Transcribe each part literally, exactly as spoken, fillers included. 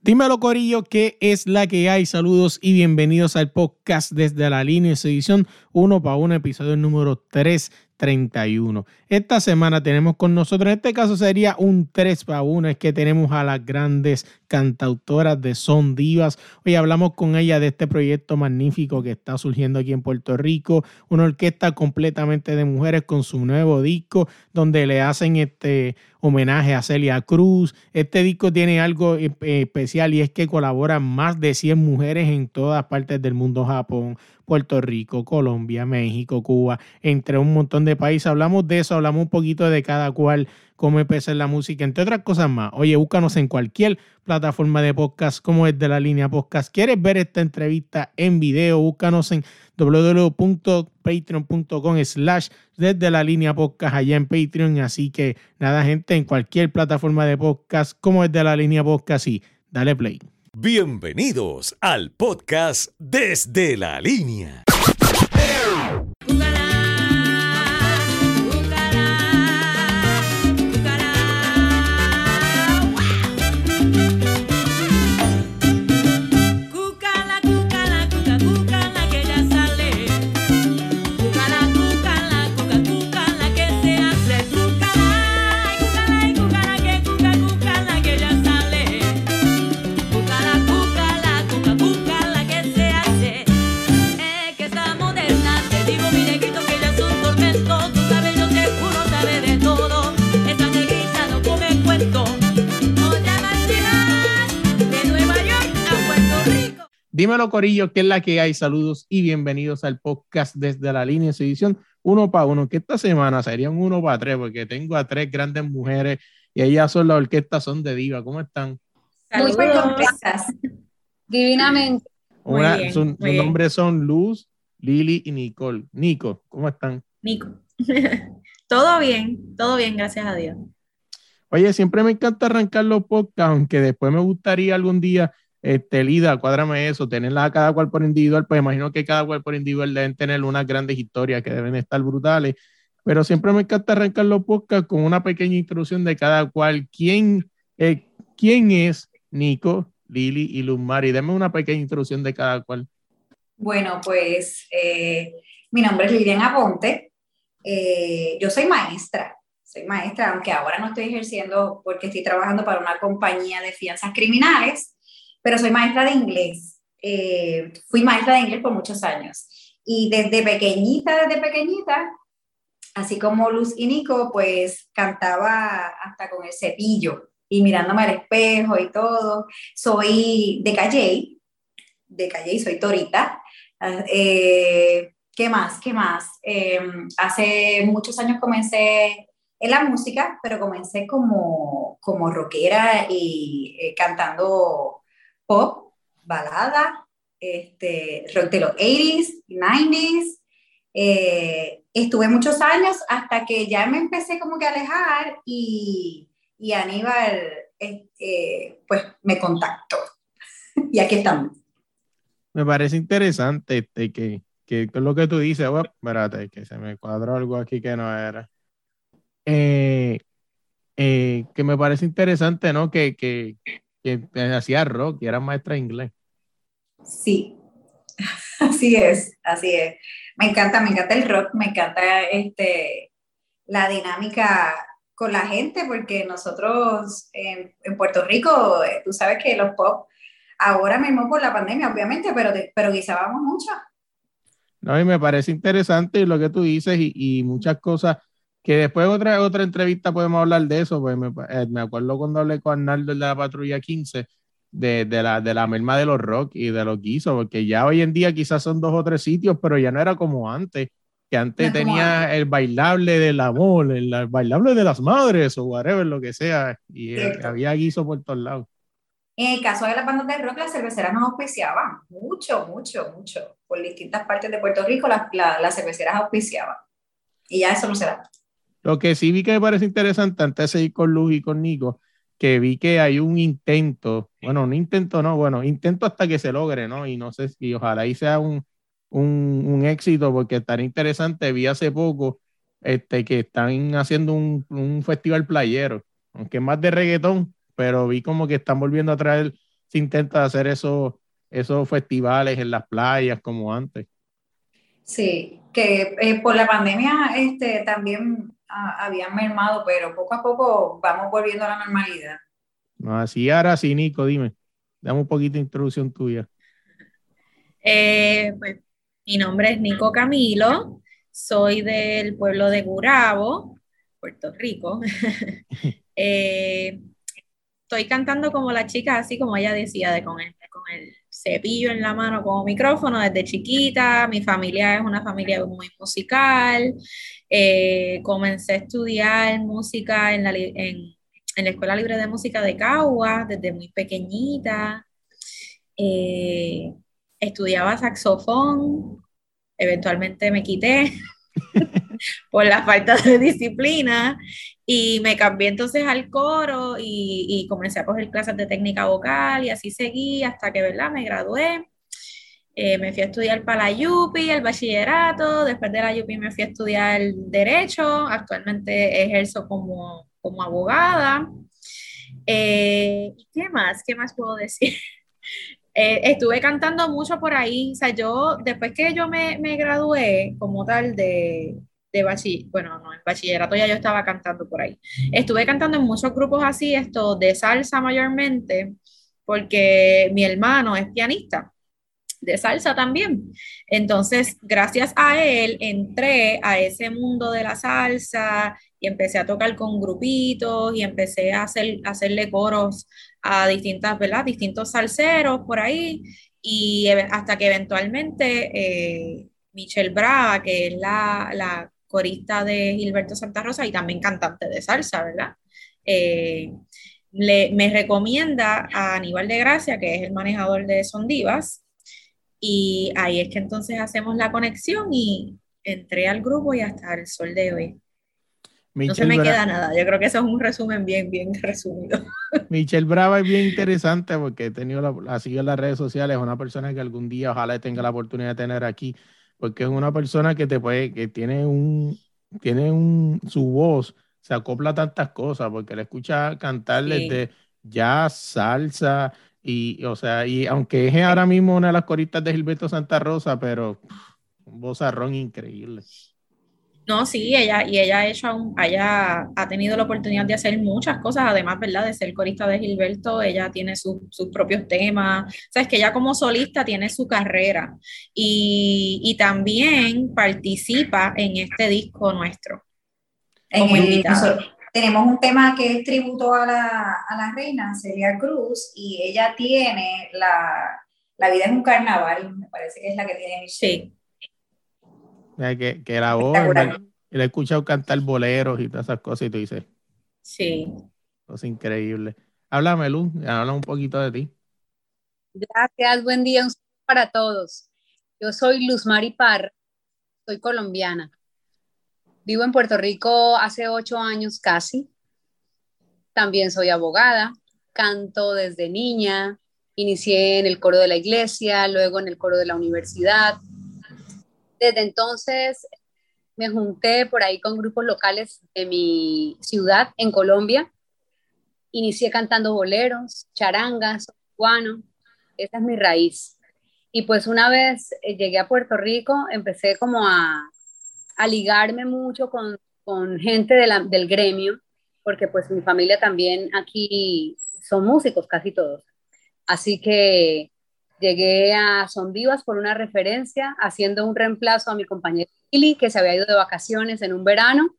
Dímelo, Corillo, ¿qué es la que hay? Saludos y bienvenidos al podcast Desde la Línea, su edición uno para uno, episodio número trescientos treinta y uno. Esta semana tenemos con nosotros, en este caso sería un tres para uno, es que tenemos a las grandes cantautoras de Son Divas. Hoy hablamos con ella de este proyecto magnífico que está surgiendo aquí en Puerto Rico, una orquesta completamente de mujeres con su nuevo disco, donde le hacen este homenaje a Celia Cruz. Este disco tiene algo especial y es que colaboran más de cien mujeres en todas partes del mundo: Japón, Puerto Rico, Colombia, México, Cuba, entre un montón de países. Hablamos de eso, hablamos un poquito de cada cual, cómo empezar la música, entre otras cosas más. Oye, búscanos en cualquier plataforma de podcast como es De la Línea Podcast. ¿Quieres ver esta entrevista en video? Búscanos en doble u doble u doble u punto patreon punto com slash Desde la Línea Podcast allá en Patreon. Así que nada, gente, en cualquier plataforma de podcast como es De la Línea Podcast, y dale play. Bienvenidos al podcast Desde la Línea. Dímelo, Corillo, ¿qué es la que hay? Saludos y bienvenidos al podcast Desde la Línea, su edición uno para uno, que esta semana sería un uno para tres, porque tengo a tres grandes mujeres y ellas son la orquesta Son de Diva. ¿Cómo están? Muy contentas, divinamente. Una, muy bien, su, muy sus bien. nombres son Luz, Lili y Nicole. Nico, ¿cómo están? Nico. Todo bien, todo bien, gracias a Dios. Oye, siempre me encanta arrancar los podcasts, aunque después me gustaría algún día, este, Lida, cuádrame eso, tenerla a cada cual por individual, pues imagino que cada cual por individual deben tener unas grandes historias que deben estar brutales, pero siempre me encanta arrancar los podcasts con una pequeña introducción de cada cual. ¿Quién, eh, ¿quién es Nico, Lili y Luz Mari? Deme una pequeña introducción de cada cual. Bueno, pues eh, mi nombre es Lilian Aponte, eh, yo soy maestra, soy maestra, aunque ahora no estoy ejerciendo porque estoy trabajando para una compañía de fianzas criminales, pero soy maestra de inglés. Eh, fui maestra de inglés por muchos años y desde pequeñita, desde pequeñita, así como Luz y Nico, pues cantaba hasta con el cepillo y mirándome al espejo y todo. Soy de Calley, de Calley, soy torita. Eh, ¿qué más? ¿Qué más? Eh, hace muchos años comencé en la música, pero comencé como, como rockera y eh, cantando pop, balada, este, rock de los ochenta, noventa. Eh, estuve muchos años hasta que ya me empecé como que a alejar y, y Aníbal eh, eh, pues me contactó y aquí estamos. Me parece interesante este, que, que, que es lo que tú dices. Oh, espérate, que se me cuadró algo aquí que no era. Eh, eh, que me parece interesante, ¿no? Que, que, que hacía rock y era maestra de inglés. Sí, así es, así es. Me encanta, me encanta el rock, me encanta este, la dinámica con la gente, porque nosotros en, en Puerto Rico, eh, tú sabes que los pop, ahora mismo por la pandemia, obviamente, pero, pero guisábamos mucho. No, y me parece interesante lo que tú dices y, y muchas cosas que después otra, otra entrevista podemos hablar de eso, pues me, eh, me acuerdo cuando hablé con Arnaldo de la Patrulla quince, de, de, la, de la merma de los rock y de los guisos, porque ya hoy en día quizás son dos o tres sitios, pero ya no era como antes, que antes no tenía antes. El bailable del amor, el, el bailable de las madres o whatever, lo que sea, y eh, había guiso por todos lados. En el caso de las bandas de rock, las cerveceras nos auspiciaban mucho, mucho, mucho. Por distintas partes de Puerto Rico, las, la, las cerveceras auspiciaban. Y ya eso no se da. Lo que sí vi que me parece interesante, antes de seguir con Luz y con Nico, que vi que hay un intento, bueno, un intento no, bueno, intento hasta que se logre, ¿no? Y no sé si ojalá ahí sea un, un, un éxito, porque estaría interesante. Vi hace poco este, que están haciendo un, un festival playero, aunque es más de reggaetón, pero vi como que están volviendo a traer se intenta hacer esos, esos festivales en las playas como antes. Sí, que eh, por la pandemia este, también ah, habían mermado, pero poco a poco vamos volviendo a la normalidad. No, así ahora sí, Nico, dime, dame un poquito de introducción tuya. Eh, pues, mi nombre es Nico Camilo, soy del pueblo de Gurabo, Puerto Rico. Eh, estoy cantando como la chica, así como ella decía, de con el, con el cepillo en la mano como micrófono desde chiquita. Mi familia es una familia muy musical. Eh, comencé a estudiar música en la, li- en, en la Escuela Libre de Música de Cagua desde muy pequeñita. Eh, Estudiaba saxofón, eventualmente me quité por la falta de disciplina y me cambié entonces al coro y, y comencé a coger clases de técnica vocal y así seguí hasta que, ¿verdad? Me gradué. Eh, me fui a estudiar para la Yupi, el bachillerato. Después de la Yupi me fui a estudiar Derecho. Actualmente ejerzo como, como abogada. Eh, ¿y qué más? ¿Qué más puedo decir? Eh, estuve cantando mucho por ahí. O sea, yo, después que yo me, me gradué como tal de, de bachiller, bueno, no, en bachillerato ya yo estaba cantando por ahí. Estuve cantando en muchos grupos así, esto de salsa mayormente, porque mi hermano es pianista de salsa también. Entonces, gracias a él, entré a ese mundo de la salsa y empecé a tocar con grupitos y empecé a, hacer, a hacerle coros a distintas, ¿verdad? Distintos salseros por ahí y hasta que eventualmente eh, Michelle Brava, que es la, la corista de Gilberto Santa Rosa y también cantante de salsa, ¿verdad? Eh, le, me recomienda a Aníbal de Gracia, que es el manejador de Son Divas, y ahí es que entonces hacemos la conexión y entré al grupo y hasta el sol de hoy. No se Michelle, me Bra queda nada. Yo creo que eso es un resumen bien, bien resumido. Michelle Brava es bien interesante porque he tenido la, la sigo en las redes sociales, es una persona que algún día ojalá tenga la oportunidad de tener aquí, porque es una persona que te puede, que tiene un, tiene un, su voz se acopla a tantas cosas, porque le escucha cantar Sí. desde jazz, salsa, y, o sea, y aunque es ahora mismo una de las coristas de Gilberto Santa Rosa, pero pff, un vozarrón increíble. No, sí, ella, y ella ha hecho, aún- ella ha tenido la oportunidad de hacer muchas cosas, además, ¿verdad? De ser corista de Gilberto, ella tiene su- sus propios temas, sabes que ella como solista tiene su carrera y, y también participa en este disco nuestro En como el, invitada. nosotros tenemos un tema que es tributo a la, a la reina Celia Cruz y ella tiene la, la vida es un carnaval, me parece que es la que tiene Michelle. Sí, O sea, que, que la voz, en verdad, Espectacular. le he escuchado cantar boleros y todas esas cosas, y tú dices, sí. cosa increíble. Háblame, Luz, habla un poquito de ti. Gracias, buen día, un saludo para todos. Yo soy Luz Mari Parra, soy colombiana. Vivo en Puerto Rico hace ocho años casi. También soy abogada, canto desde niña. Inicié en el coro de la iglesia, luego en el coro de la universidad. Desde entonces me junté por ahí con grupos locales de mi ciudad en Colombia. Inicié cantando boleros, charangas, cubano. Esa es mi raíz. Y pues una vez eh, llegué a Puerto Rico, empecé como a, a ligarme mucho con, con gente de la, del gremio, porque pues mi familia también aquí son músicos, casi todos. Así que llegué a Son Vivas por una referencia, haciendo un reemplazo a mi compañera Lili, que se había ido de vacaciones en un verano.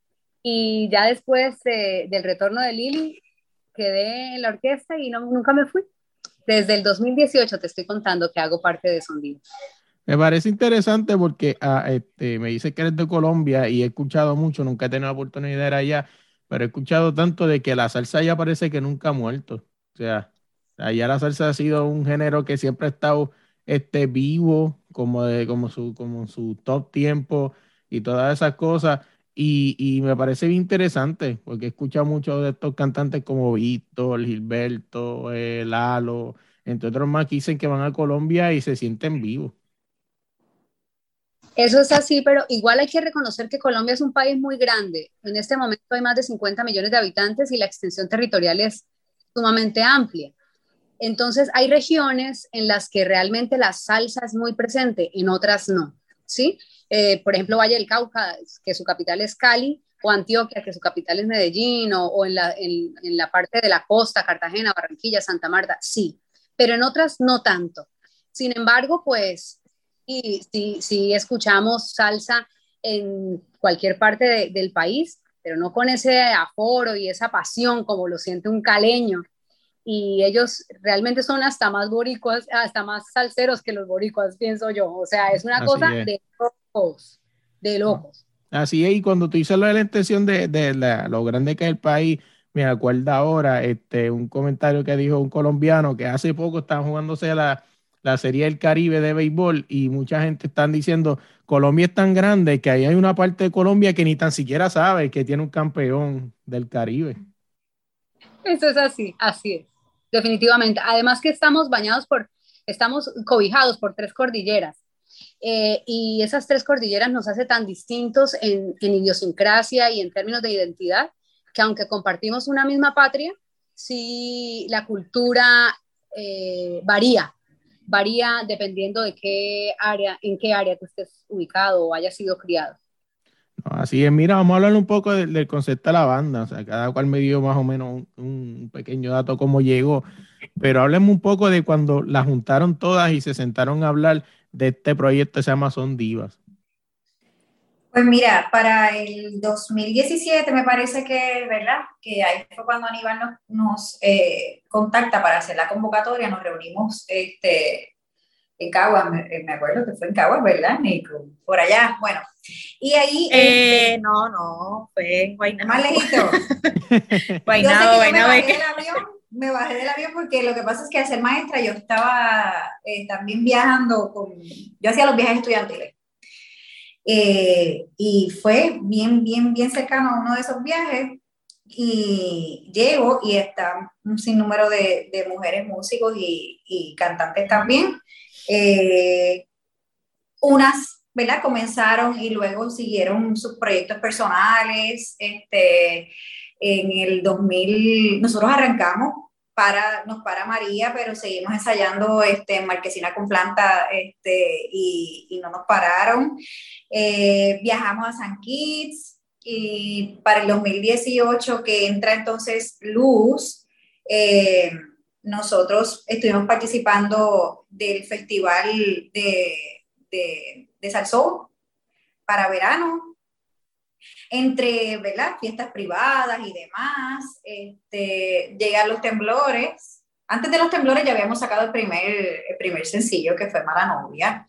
Y ya después de, del retorno de Lili, quedé en la orquesta y no, nunca me fui. Desde el dos mil dieciocho te estoy contando que hago parte de Son Vivas. Me parece interesante porque ah, este, me dice que eres de Colombia y he escuchado mucho, nunca he tenido la oportunidad de ir allá, pero he escuchado tanto de que la salsa allá parece que nunca ha muerto. O sea, allá la salsa ha sido un género que siempre ha estado este, vivo, como, de, como, su, como su top tiempo y todas esas cosas. Y, y me parece bien interesante porque he escuchado muchos de estos cantantes como Víctor, Gilberto, eh, Lalo, entre otros más, que dicen que van a Colombia y se sienten vivos. Eso es así, pero igual hay que reconocer que Colombia es un país muy grande. En este momento hay más de cincuenta millones de habitantes y la extensión territorial es sumamente amplia. Entonces hay regiones en las que realmente la salsa es muy presente, en otras no, ¿sí? Eh, por ejemplo, Valle del Cauca, que su capital es Cali, o Antioquia, que su capital es Medellín, o, o en, la, en, en la parte de la costa, Cartagena, Barranquilla, Santa Marta, sí, pero en otras no tanto. Sin embargo, pues, sí, sí, sí escuchamos salsa en cualquier parte de, del país, pero no con ese aforo y esa pasión como lo siente un caleño. Y ellos realmente son hasta más boricuas, hasta más salseros que los boricuas, pienso yo. O sea, es una Así cosa es. de locos, de locos. Así es, y cuando tú dices lo de la intención de, de la- lo grande que es el país, me acuerdo ahora este, un comentario que dijo un colombiano que hace poco estaban jugándose la, la Serie del Caribe de béisbol y mucha gente están diciendo, Colombia es tan grande que ahí hay una parte de Colombia que ni tan siquiera sabe que tiene un campeón del Caribe. Eso es así, así es, definitivamente. Además que estamos bañados por, estamos cobijados por tres cordilleras. Eh, y esas tres cordilleras nos hace tan distintos en, en idiosincrasia y en términos de identidad, que aunque compartimos una misma patria, sí la cultura eh, varía, varía dependiendo de qué área, en qué área tú estés ubicado o hayas sido criado. No, así es, mira, vamos a hablar un poco del, del concepto de la banda, o sea, cada cual me dio más o menos un, un pequeño dato cómo llegó, pero hablemos un poco de cuando la juntaron todas y se sentaron a hablar de este proyecto que se llama Son Divas. Pues mira, para el dos mil diecisiete me parece que, ¿verdad? Que ahí fue cuando Aníbal nos, nos eh, contacta para hacer la convocatoria, nos reunimos este, en Caguas, me, me acuerdo que fue en Caguas, ¿verdad, Nico? Por allá, bueno. Y ahí... Eh, este, no, no, fue en Guaynabo. más lejito. Guaynabo, Yo sé que yo me Guaynabo. bajé del avión, me bajé del avión porque lo que pasa es que al ser maestra yo estaba eh, también viajando con... Yo hacía los viajes estudiantiles. Eh, y fue bien, bien, bien cercano a uno de esos viajes y llego y está un sinnúmero de, de mujeres músicos y, y cantantes también. Eh, unas, ¿verdad? Comenzaron y luego siguieron sus proyectos personales. Este, en el dos mil, nosotros arrancamos para, nos para María, pero seguimos ensayando este, en Marquesina con Planta este, y, y no nos pararon. Eh, viajamos a San Kitts y para el dos mil dieciocho que entra entonces Luz, eh, nosotros estuvimos participando del festival de, de, de Salsón para verano, entre, ¿verdad? Fiestas privadas y demás, este, llegan los temblores. Antes de los temblores ya habíamos sacado el primer, el primer sencillo, que fue Mala Novia,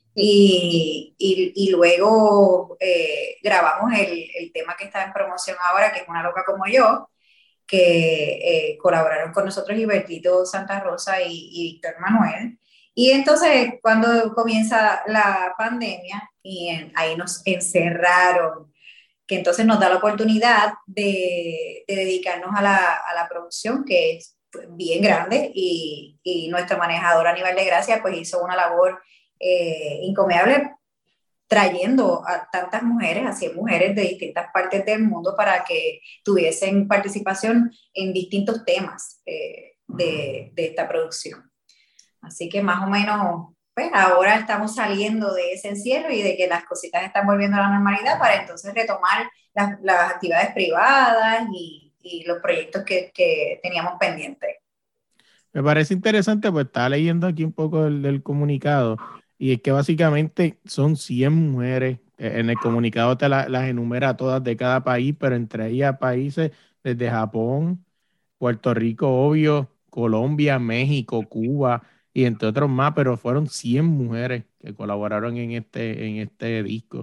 y, y, y luego eh, grabamos el, el tema que está en promoción ahora, que es Una Loca Como Yo, que eh, colaboraron con nosotros Ibertito Santa Rosa y, y Víctor Manuel. Y entonces cuando comienza la pandemia, y en, ahí nos encerraron, que entonces nos da la oportunidad de, de dedicarnos a la, a la producción, que es bien grande, y, y nuestro manejador Aníbal de Gracia pues hizo una labor eh, encomiable, trayendo a tantas mujeres, a cien mujeres de distintas partes del mundo para que tuviesen participación en distintos temas eh, de, de esta producción. Así que más o menos, pues ahora estamos saliendo de ese encierro y de que las cositas están volviendo a la normalidad para entonces retomar las, las actividades privadas y, y los proyectos que, que teníamos pendientes. Me parece interesante, pues estaba leyendo aquí un poco del, del comunicado y es que básicamente son cien mujeres. En el comunicado te la, las enumera todas de cada país, pero entre ellas países desde Japón, Puerto Rico, obvio, Colombia, México, Cuba y entre otros más, pero fueron cien mujeres que colaboraron en este, en este disco.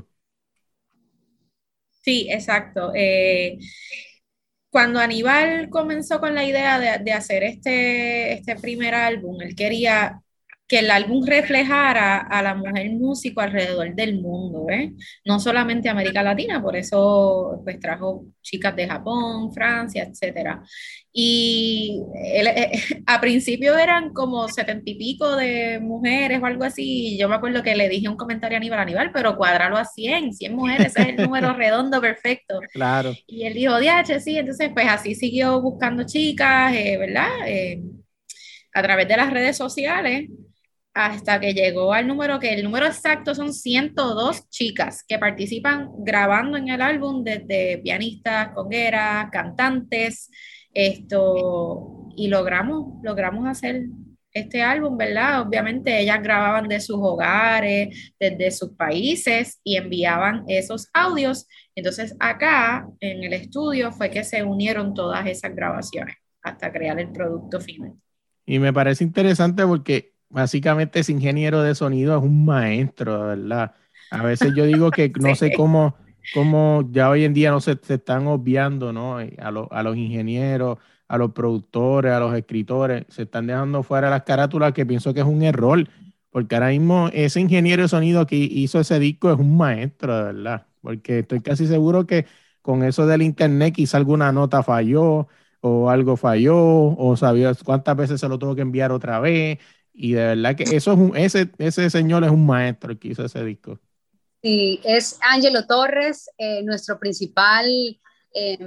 Sí, exacto. Eh, cuando Aníbal comenzó con la idea de, de hacer este, este primer álbum, él quería que el álbum reflejara a la mujer músico alrededor del mundo, ¿eh? No solamente América Latina, por eso pues trajo chicas de Japón, Francia, etcétera. Y él, eh, a principio eran como setenta y pico de mujeres o algo así, y yo me acuerdo que le dije un comentario a Aníbal, Aníbal, pero cuadrarlo a cien, cien mujeres, ese es el número redondo perfecto. Claro. Y él dijo, D H, sí, entonces pues así siguió buscando chicas, eh, ¿verdad? Eh, a través de las redes sociales hasta que llegó al número que el número exacto son ciento dos chicas que participan grabando en el álbum, desde pianistas, congueras, cantantes, esto, y logramos, logramos hacer este álbum, ¿verdad? Obviamente ellas grababan de sus hogares, desde sus países y enviaban esos audios. Entonces acá en el estudio fue que se unieron todas esas grabaciones hasta crear el producto final. Y me parece interesante porque básicamente ese ingeniero de sonido es un maestro, ¿verdad? A veces yo digo que no Sí. sé cómo, cómo ya hoy en día no se, se están obviando, ¿no? A, lo- a los ingenieros, a los productores, a los escritores, se están dejando fuera las carátulas, que pienso que es un error, porque ahora mismo ese ingeniero de sonido que hizo ese disco es un maestro, de verdad, porque estoy casi seguro que con eso del internet quizá alguna nota falló o algo falló, o sabías cuántas veces se lo tuvo que enviar otra vez, y de verdad que eso es un, ese, ese señor es un maestro el que hizo ese disco. Sí, es Ángelo Torres, eh, nuestro principal eh,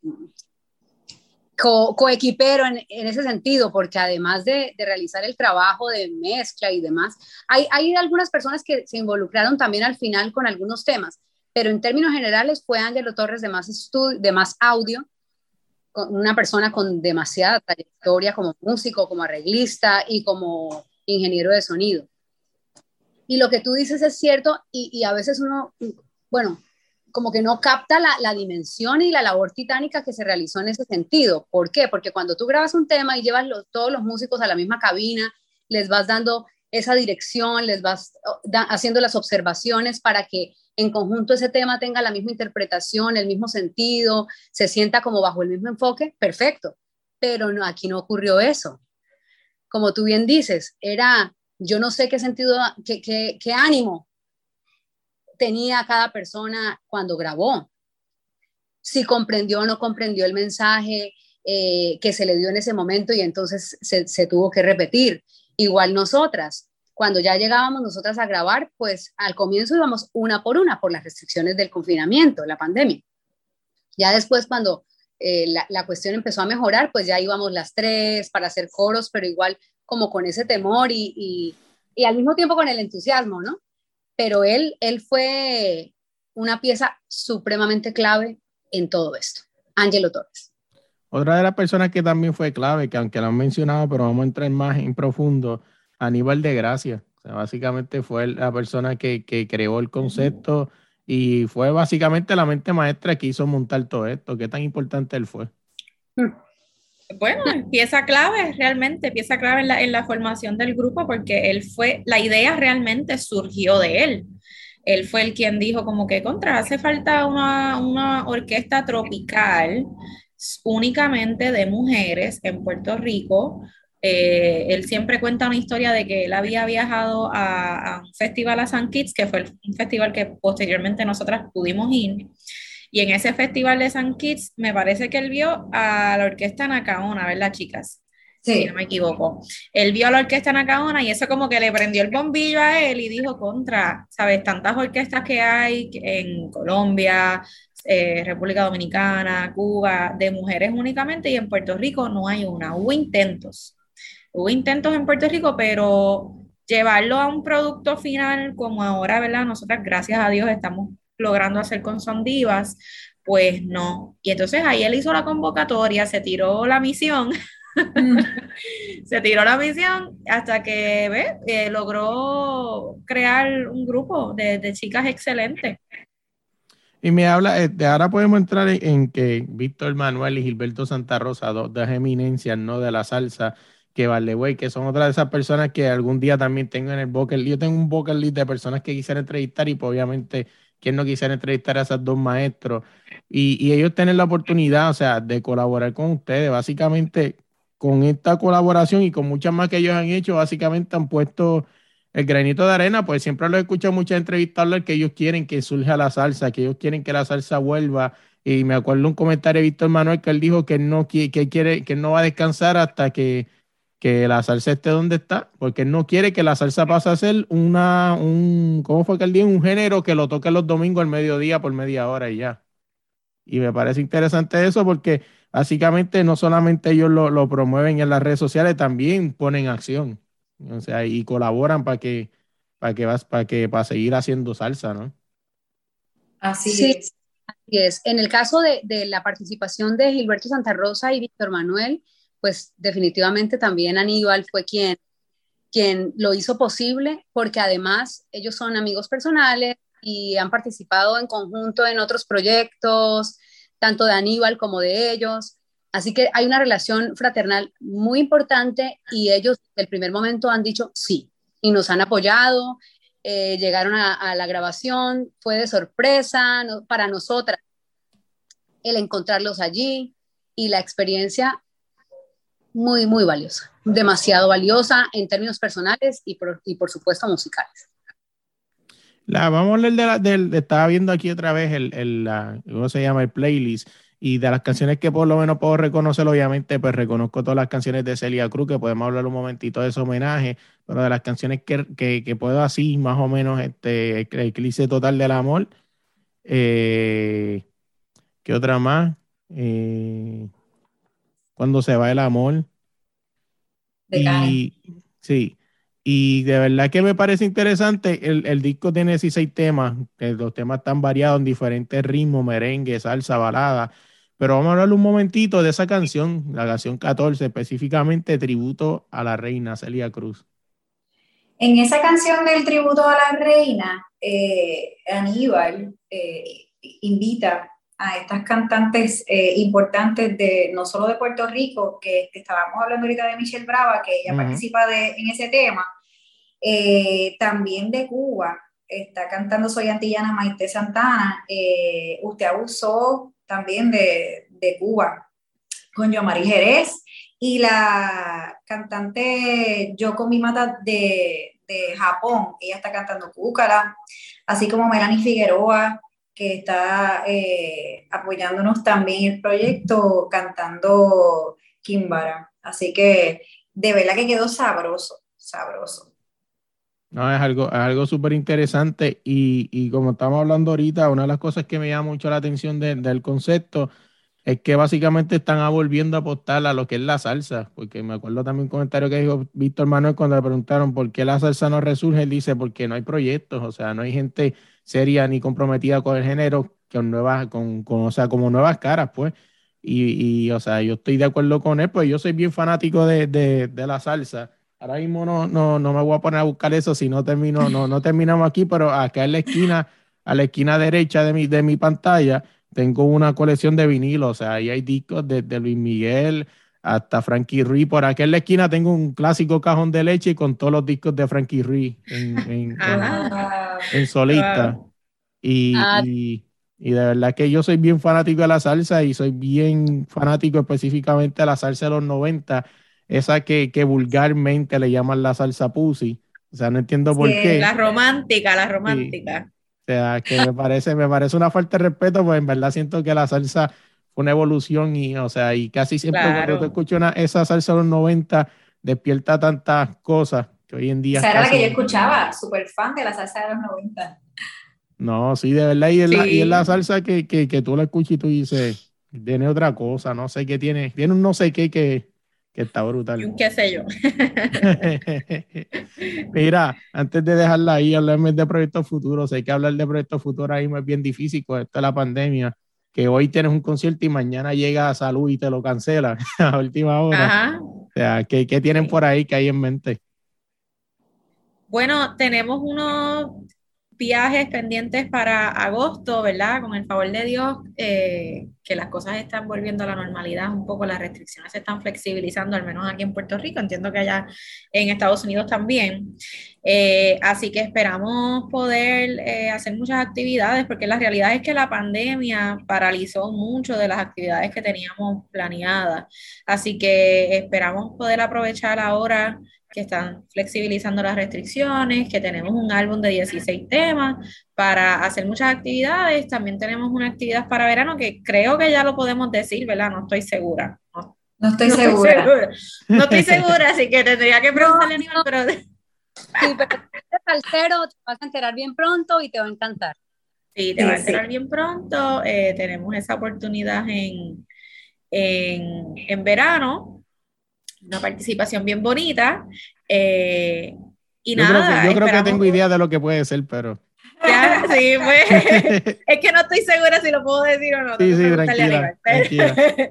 co- coequipero en, en ese sentido, porque además de, de realizar el trabajo de mezcla y demás, hay, hay algunas personas que se involucraron también al final con algunos temas, pero en términos generales fue Ángelo Torres de Más, Estu- de Más Audio, una persona con demasiada trayectoria como músico, como arreglista y como ingeniero de sonido. Y lo que tú dices es cierto, y, y a veces uno, bueno, como que no capta la, la dimensión y la labor titánica que se realizó en ese sentido. ¿Por qué? Porque cuando tú grabas un tema y llevas los, todos los músicos a la misma cabina, les vas dando esa dirección, les vas da, haciendo las observaciones para que en conjunto ese tema tenga la misma interpretación, el mismo sentido, se sienta como bajo el mismo enfoque, perfecto. Pero no, aquí no ocurrió eso. Como tú bien dices, era, yo no sé qué sentido, qué, qué, qué ánimo tenía cada persona cuando grabó. Si comprendió o no comprendió el mensaje eh, que se le dio en ese momento y entonces se, se tuvo que repetir. Igual nosotras, cuando ya llegábamos nosotras a grabar, pues al comienzo íbamos una por una por las restricciones del confinamiento, la pandemia. Ya después cuando eh, la, la cuestión empezó a mejorar, pues ya íbamos las tres para hacer coros, pero igual como con ese temor y, y, y al mismo tiempo con el entusiasmo, ¿no? Pero él, él fue una pieza supremamente clave en todo esto, Ángelo Torres. Otra de las personas que también fue clave, que aunque lo han mencionado, pero vamos a entrar más en profundo, Aníbal de Gracia. O sea, básicamente fue la persona que, que creó el concepto y fue básicamente la mente maestra que hizo montar todo esto. ¿Qué tan importante él fue? Bueno, pieza clave realmente, pieza clave en la, en la formación del grupo, porque él fue, la idea realmente surgió de él. Él fue el quien dijo como que contra, hace falta una, una orquesta tropical únicamente de mujeres en Puerto Rico. Eh, él siempre cuenta una historia de que él había viajado a, a un festival a San Kitts, que fue el, un festival que posteriormente nosotras pudimos ir. Y en ese festival de San Kitts, me parece que él vio a la orquesta Nacaona, ¿verdad, chicas? Sí. Si no me equivoco. Él vio a la orquesta Nacaona y eso como que le prendió el bombillo a él y dijo, contra, ¿sabes? Tantas orquestas que hay en Colombia, eh, República Dominicana, Cuba, de mujeres únicamente, y en Puerto Rico no hay una. Hubo intentos. Hubo intentos en Puerto Rico, pero llevarlo a un producto final como ahora, ¿verdad? Nosotras, gracias a Dios, estamos logrando hacer con Son Divas, pues no. Y entonces ahí él hizo la convocatoria, se tiró la misión, mm. se tiró la misión hasta que ¿ve? Eh, logró crear un grupo de, de chicas excelentes. Y me habla, eh, de ahora podemos entrar en, en que Víctor Manuel y Gilberto Santa Rosa, dos, dos eminencias, ¿no? De la salsa, que vale, güey, que son otras de esas personas que algún día también tengo en el bucket list. Yo tengo un bucket list de personas que quisiera entrevistar y pues obviamente quien no quisiera entrevistar a esos dos maestros. Y, y ellos tienen la oportunidad, o sea, de colaborar con ustedes. Básicamente, con esta colaboración y con muchas más que ellos han hecho, básicamente han puesto el granito de arena. Pues siempre lo he escuchado muchas entrevistas hablar que ellos quieren que surja la salsa, que ellos quieren que la salsa vuelva. Y me acuerdo un comentario de Víctor Manuel que él dijo que no, que, que quiere, que no va a descansar hasta que, que la salsa esté donde está, porque él no quiere que la salsa pase a ser una, un, ¿cómo fue que él dijo? Un género que lo toque los domingos al mediodía por media hora y ya. Y me parece interesante eso porque básicamente no solamente ellos lo, lo promueven en las redes sociales, también ponen acción, o sea, y colaboran para que, para que, vas- para que, para seguir haciendo salsa, ¿no? Así Sí, es. así es. En el caso de, de la participación de Gilberto Santa Rosa y Víctor Manuel, pues definitivamente también Aníbal fue quien, quien lo hizo posible, porque además ellos son amigos personales y han participado en conjunto en otros proyectos, tanto de Aníbal como de ellos. Así que hay una relación fraternal muy importante y ellos desde el primer momento han dicho sí y nos han apoyado. Eh, llegaron a, a, la grabación, fue de sorpresa no, para nosotras el encontrarlos allí y la experiencia muy, muy valiosa, demasiado valiosa en términos personales y por, y por supuesto musicales. La, vamos a hablar de la, del, de, estaba viendo aquí otra vez el, el la, ¿cómo se llama? El playlist, y de las canciones que por lo menos puedo reconocer, obviamente, pues reconozco todas las canciones de Celia Cruz, que podemos hablar un momentito de ese homenaje, pero de las canciones que, que, que puedo así, más o menos, este, el Eclipse Total del Amor, eh, ¿qué otra más? Eh, Cuando se va el amor, De Karen. y sí, y de verdad que me parece interesante, el, el disco tiene dieciséis temas, que los temas están variados en diferentes ritmos, merengue, salsa, balada, pero vamos a hablar un momentito de esa canción, la canción catorce, específicamente tributo a la reina Celia Cruz. En esa canción del tributo a la reina, eh, Aníbal eh, invita a estas cantantes eh, importantes de no solo de Puerto Rico, que, que estábamos hablando ahorita de Michelle Brava, que ella Uh-huh. participa de, en ese tema, eh, también de Cuba, está cantando Soy Antillana Maite Santana, eh, Usted Abusó también de, de Cuba, con Yomari Jerez, y la cantante Yoko Mimata de, de Japón, ella está cantando Cúcara, así como Melanie Figueroa, que está eh, apoyándonos también en el proyecto cantando Kimbara. Así que de verdad que quedó sabroso, sabroso. No, es algo, es algo súper interesante, y, y como estamos hablando ahorita, una de las cosas que me llama mucho la atención de, del concepto es que básicamente están volviendo a apostar a lo que es la salsa, porque me acuerdo también un comentario que dijo Víctor Manuel cuando le preguntaron por qué la salsa no resurge. Él dice, porque no hay proyectos, o sea, no hay gente seria ni comprometida con el género, con nuevas, con, con, o sea, como nuevas caras, pues. Y, y, o sea, yo estoy de acuerdo con él, pues yo soy bien fanático de, de, de la salsa. Ahora mismo no, no, no me voy a poner a buscar eso si no termino, no, no terminamos aquí, pero acá en la esquina, a la esquina derecha de mi, de mi pantalla, tengo una colección de vinilos, o sea, ahí hay discos desde Luis Miguel hasta Frankie Ruiz. Por aquí en la esquina tengo un clásico cajón de leche con todos los discos de Frankie Ruiz en, en, en, Ajá. en solista. Wow. Y, Ah, y, y de verdad que yo soy bien fanático de la salsa, y soy bien fanático específicamente de la salsa de los noventa, esa que, que vulgarmente le llaman la salsa pussy. O sea, no entiendo por Sí, qué. La romántica, la Sí. romántica. O sea, que me parece, me parece una falta de respeto, pues en verdad siento que la salsa fue una evolución, y, o sea, y casi siempre cuando tú Claro. escuchas una, esa salsa de los noventa despierta tantas cosas que hoy en día es esa era la que yo casi, escuchaba, súper fan de la salsa de los noventa. no, sí, de verdad, y es la, y es la Sí. salsa que, que, que tú la escuchas y tú dices, tiene otra cosa, no sé qué tiene, tiene un no sé qué que, que está brutal. ¿Qué sé yo? Mira, antes de dejarla ahí, hablarme de proyectos futuros. Sé que hablar de proyectos futuros ahí es bien difícil con esto de la pandemia, que hoy tienes un concierto y mañana llega a Salud y te lo cancela a última hora. Ajá. O sea, ¿qué, qué tienen Sí. por ahí que hay en mente? Bueno, tenemos unos viajes pendientes para agosto, ¿verdad? Con el favor de Dios, eh, que las cosas están volviendo a la normalidad un poco, las restricciones se están flexibilizando, al menos aquí en Puerto Rico, entiendo que allá en Estados Unidos también. Eh, así que esperamos poder eh, hacer muchas actividades, porque la realidad es que la pandemia paralizó mucho de las actividades que teníamos planeadas. Así que esperamos poder aprovechar ahora que están flexibilizando las restricciones, que tenemos un álbum de dieciséis temas para hacer muchas actividades. También tenemos una actividad para verano que creo que ya lo podemos decir, ¿verdad? No estoy segura. No, No estoy no estoy segura. segura. No estoy segura, así que tendría que preguntarle a Aníbal, pero sí, pero este salsero te vas a enterar bien pronto y te va a encantar. sí, te va a Sí, enterar sí. bien pronto. Eh, tenemos esa oportunidad en, en, en verano, una participación bien bonita. Eh, y Yo creo que, nada, yo creo que esperamos. tengo idea de lo que puede ser, pero. Ya, sí, pues. Es que no estoy segura si lo puedo decir o no. Sí, Tengo que sí, preguntarle a tranquila, Aníbal. Pero, tranquila.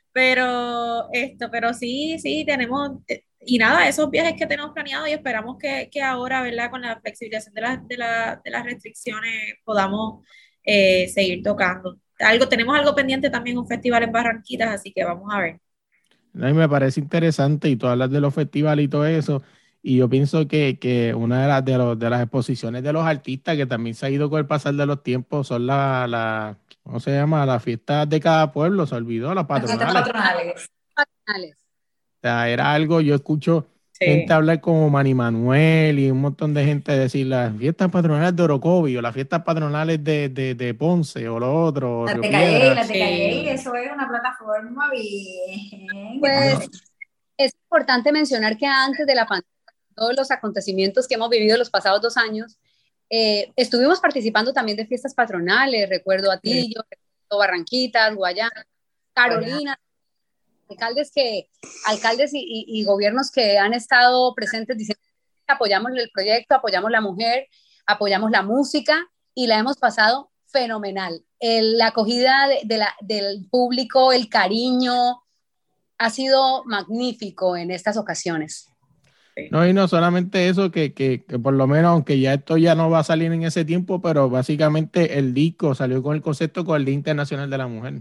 pero esto, pero sí, sí, tenemos. eh, Y nada, esos viajes que tenemos planeados y esperamos que, que ahora, ¿verdad? Con la flexibilización de, la- de, la- de las restricciones podamos eh, seguir tocando. Algo, tenemos algo pendiente también, un festival en Barranquitas, así que vamos a ver. A mí me parece interesante y tú hablas de los festivales y todo eso. Y yo pienso que, que una de las, de, los, de las exposiciones de los artistas que también se ha ido con el pasar de los tiempos son las, la, ¿cómo se llama? Las fiestas de cada pueblo, se olvidó, las Las fiestas patronales. patronales. Patronales. O sea, era algo, yo escucho gente Sí. hablar como Manny Manuel y un montón de gente decir las fiestas patronales de Orocovi o las fiestas patronales de, de, de Ponce o lo otro, o Las Río de Calle, Piedra. las de Calle, Sí. eso es una plataforma bien Pues grande. es importante mencionar que antes de la pandemia, todos los acontecimientos que hemos vivido los pasados dos años, eh, estuvimos participando también de fiestas patronales, recuerdo Sí. Atillo, recuerdo Barranquitas, Guayana, Carolina, alcaldes, que, alcaldes y, y, y gobiernos que han estado presentes diciendo que apoyamos el proyecto, apoyamos la mujer, apoyamos la música y la hemos pasado fenomenal. El, la acogida de, de la, del público, el cariño, ha sido magnífico en estas ocasiones. No, y no solamente eso, que, que, que por lo menos, aunque ya esto ya no va a salir en ese tiempo, pero básicamente el disco salió con el concepto con el Día Internacional de la Mujer.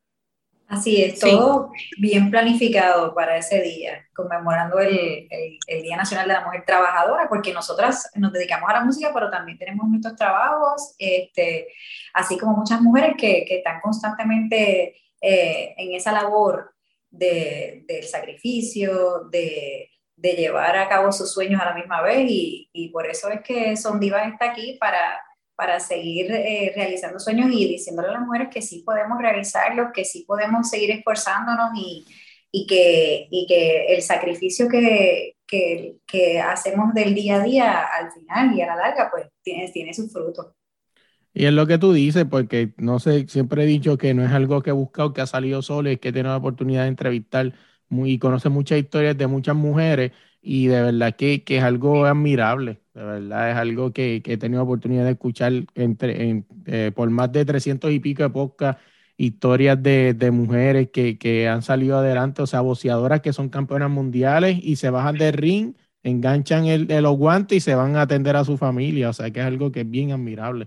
Así es, Sí. todo bien planificado para ese día, conmemorando el, el, el Día Nacional de la Mujer Trabajadora, porque nosotras nos dedicamos a la música, pero también tenemos nuestros trabajos, este, así como muchas mujeres que, que están constantemente eh, en esa labor de, del sacrificio, de, de llevar a cabo sus sueños a la misma vez, y, y por eso es que Son Divas está aquí para para seguir eh, realizando sueños y diciéndole a las mujeres que sí podemos realizarlos, que sí podemos seguir esforzándonos y, y, que, y que el sacrificio que, que, que hacemos del día a día al final y a la larga, pues tiene, tiene sus frutos. Y es lo que tú dices, porque no sé, siempre he dicho que no es algo que he buscado, que ha salido solo, es que he tenido la oportunidad de entrevistar muy, y conocer muchas historias de muchas mujeres y de verdad que, que es algo admirable, de verdad es algo que, que he tenido oportunidad de escuchar entre, en, eh, por más de trescientos y pico de podcasts, historias de, de mujeres que, que han salido adelante, o sea, boxeadoras que son campeonas mundiales y se bajan del ring, enganchan el, el- los guantes y se van a atender a su familia, o sea, que es algo que es bien admirable.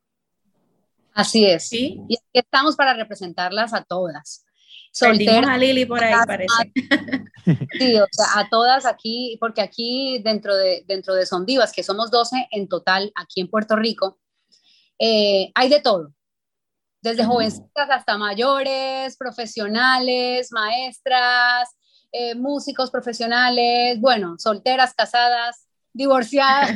Así es. Sí. Y aquí estamos para representarlas a todas. Perdimos Solteras, a Lili por ahí, parece. sí, o sea, a todas aquí, porque aquí dentro de, dentro de Son Divas, que somos doce en total aquí en Puerto Rico, eh, hay de todo. Desde Ujú. jovencitas hasta mayores, profesionales, maestras, eh, músicos profesionales, bueno, solteras, casadas, divorciadas.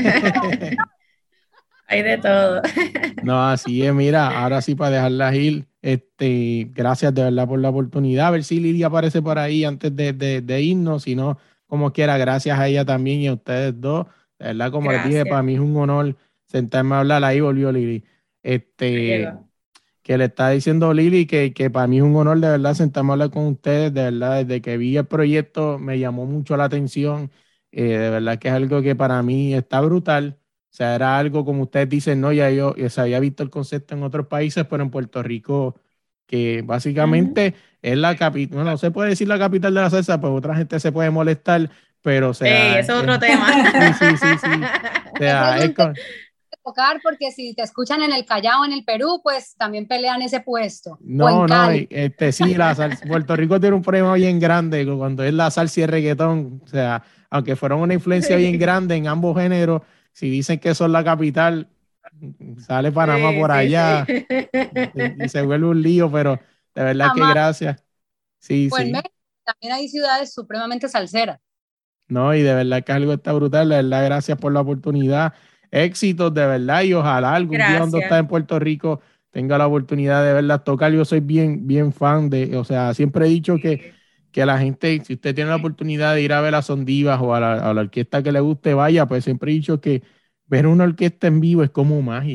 Hay de todo. No, así es, mira, ahora sí para dejarlas ir, este, gracias de verdad por la oportunidad, a ver si Lidia aparece por ahí antes de, de, de irnos, si no, como quiera, gracias a ella también y a ustedes dos, de verdad, como les dije, para Gracias. mí es un honor sentarme a hablar, ahí volvió Lili, Me este, llegó. que le está diciendo Lili que, que para mí es un honor de verdad sentarme a hablar con ustedes, de verdad, desde que vi el proyecto me llamó mucho la atención, eh, de verdad que es algo que para mí está brutal. O sea, era algo como ustedes dicen, no, ya yo, ya se había visto el concepto en otros países, pero en Puerto Rico, que Ujú. básicamente es la capital, no, no se puede decir la capital de la salsa, pues otra gente se puede molestar, pero o Ey, sea, ese es es- otro tema. sí, sí, sí, sí. O Ese es sea, es un tema con, que tocar porque si te escuchan en el Callao, en el Perú, pues también pelean ese puesto. O en no, no, Cali. y, este sí, la salsa, Puerto Rico tiene un problema bien grande cuando es la salsa y el reggaetón, o sea, aunque fueron una influencia bien grande en ambos géneros, si dicen que son la capital, sale Panamá Sí, por sí, sí. allá y, y se vuelve un lío, pero de verdad que Jamás. gracias. Sí, O en sí. México también hay ciudades supremamente salseras. No, y de verdad que algo está brutal, de verdad, gracias por la oportunidad. Éxitos, de verdad, y ojalá algún día cuando está Gracias. en Puerto Rico tenga la oportunidad de verlas tocar. Yo soy bien, bien fan de, o sea, siempre he dicho que, Sí. que la gente, si usted tiene la oportunidad de ir a ver a Son Divas o a la, a la orquesta que le guste, vaya, pues siempre he dicho que ver una orquesta en vivo es como magia. O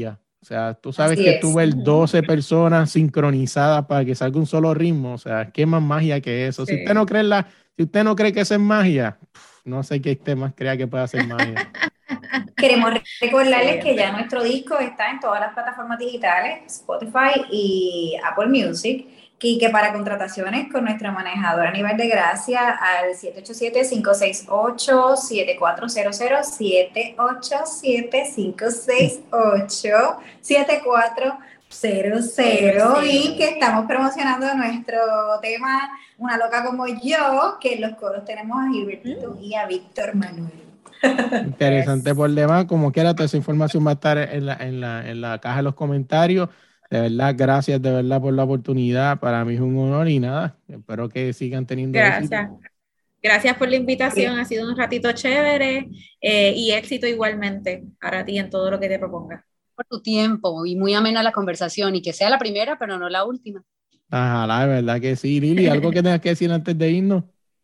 O sea, tú sabes Así que es. tú ves doce personas sincronizadas para que salga un solo ritmo. O sea, ¿qué más magia que eso? Sí. Si usted no cree en la, si usted no cree que eso es magia, no sé qué usted más crea que pueda ser magia. Queremos recordarles Sí, que ya nuestro disco está en todas las plataformas digitales, Spotify y Apple Music, y que para contrataciones con nuestra manejadora Nivel de Gracia al siete ocho siete, cinco seis ocho, siete cuatro cero cero, siete ocho siete, cinco seis ocho, siete cuatro cero cero, y que estamos promocionando nuestro tema Una Loca Como Yo, que en los coros tenemos a Gilbertito y a Víctor Manuel. Interesante por demás. Como quiera, toda esa información va a estar en la, en la, en la caja de los comentarios. De verdad, gracias de verdad por la oportunidad. Para mí es un honor y nada, espero que sigan teniendo éxito. Gracias. Gracias por la invitación. Ha sido un ratito chévere eh, y éxito igualmente para ti en todo lo que te propongas. Por tu tiempo y muy amena la conversación y que sea la primera, pero no la última. Ajá, de verdad que sí. Lili, ¿algo que tengas que decir antes de irnos?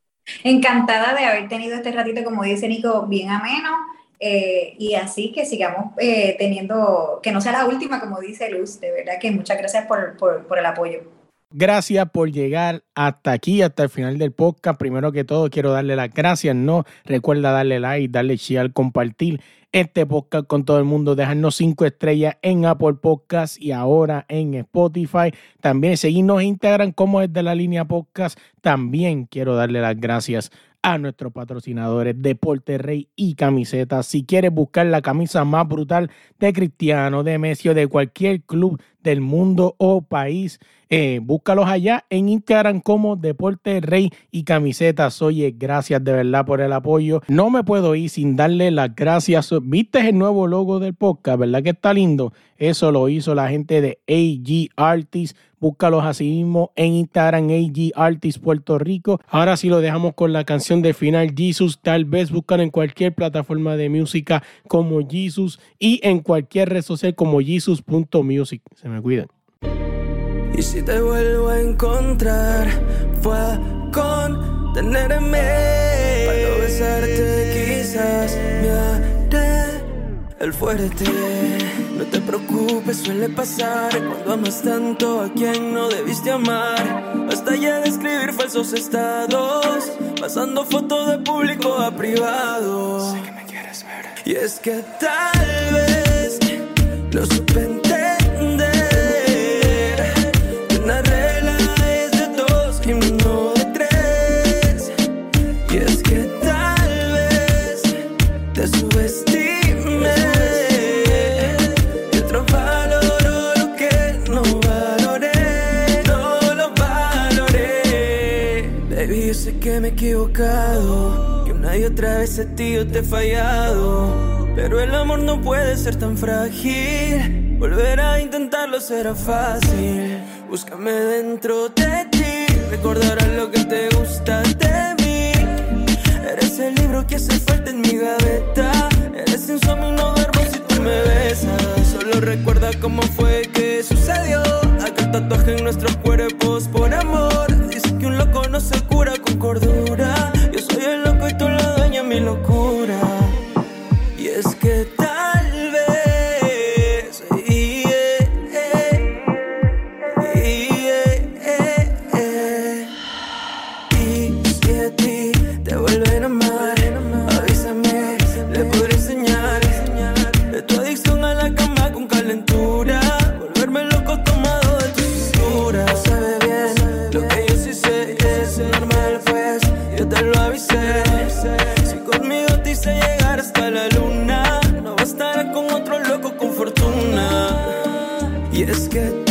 Encantada de haber tenido este ratito, como dice Nico, bien ameno, eh, y así que sigamos eh, teniendo, que no sea la última, como dice Luz. De verdad que muchas gracias por, por, por el apoyo. Gracias por llegar hasta aquí, hasta el final del podcast. Primero que todo, quiero darle las gracias. No, recuerda darle like, darle share, compartir este podcast con todo el mundo, dejarnos cinco estrellas en Apple Podcast y ahora en Spotify. También seguirnos en Instagram como Desde la Línea Podcast. También quiero darle las gracias a nuestros patrocinadores Deporte Rey y Camisetas. Si quieres buscar la camisa más brutal de Cristiano, de Messi o de cualquier club del mundo o país, eh, búscalos allá en Instagram como Deporte Rey y Camisetas. Oye, gracias de verdad por el apoyo. No me puedo ir sin darle las gracias. ¿Viste el nuevo logo del podcast? ¿Verdad que está lindo? Eso lo hizo la gente de A G Artists. Búscalos así mismo en Instagram, A G Artists Puerto Rico. Ahora sí lo dejamos con la canción de final, Jesus. Tal vez buscan en cualquier plataforma de música como Jesus y en cualquier red social como jesus punto music. Se me cuidan. Y si te vuelvo a encontrar, fue con tenerme para no besarte, quizás me haré el fuerte. No te preocupes, suele pasar cuando amas tanto a quien no debiste amar. Basta ya de escribir falsos estados, pasando fotos de público a privado. Sé que me quieres ver. Y es que tal vez no supe entender que una regla es de dos y no de tres. Y es que tal vez te subestimé. Yo sé que me he equivocado, que una y otra vez a ti yo te he fallado, pero el amor no puede ser tan frágil. Volver a intentarlo será fácil. Búscame dentro de ti, recordarás lo que te gusta de mí. Eres el libro que hace falta en mi gaveta. Eres insomnio y no duermo si tú me besas. Solo recuerda cómo fue que sucedió aquel tatuaje en nuestros cuerpos por amor. Dice que un loco no se cura con cordura. Yo soy el loco y tú la dueña mi locura. Y es que tal vez yeah, yeah, yeah, yeah. Y si a ti te vuelven a amar, avísame, le podré enseñar de tu adicción a la cama con calentura. Volverme loco tomado de tu cintura. Sabe bien lo que yo sí sé, es normal pues, yo te lo avisé. Si conmigo te hice llegar hasta la luna, no bastará con otro loco con fortuna. Y es que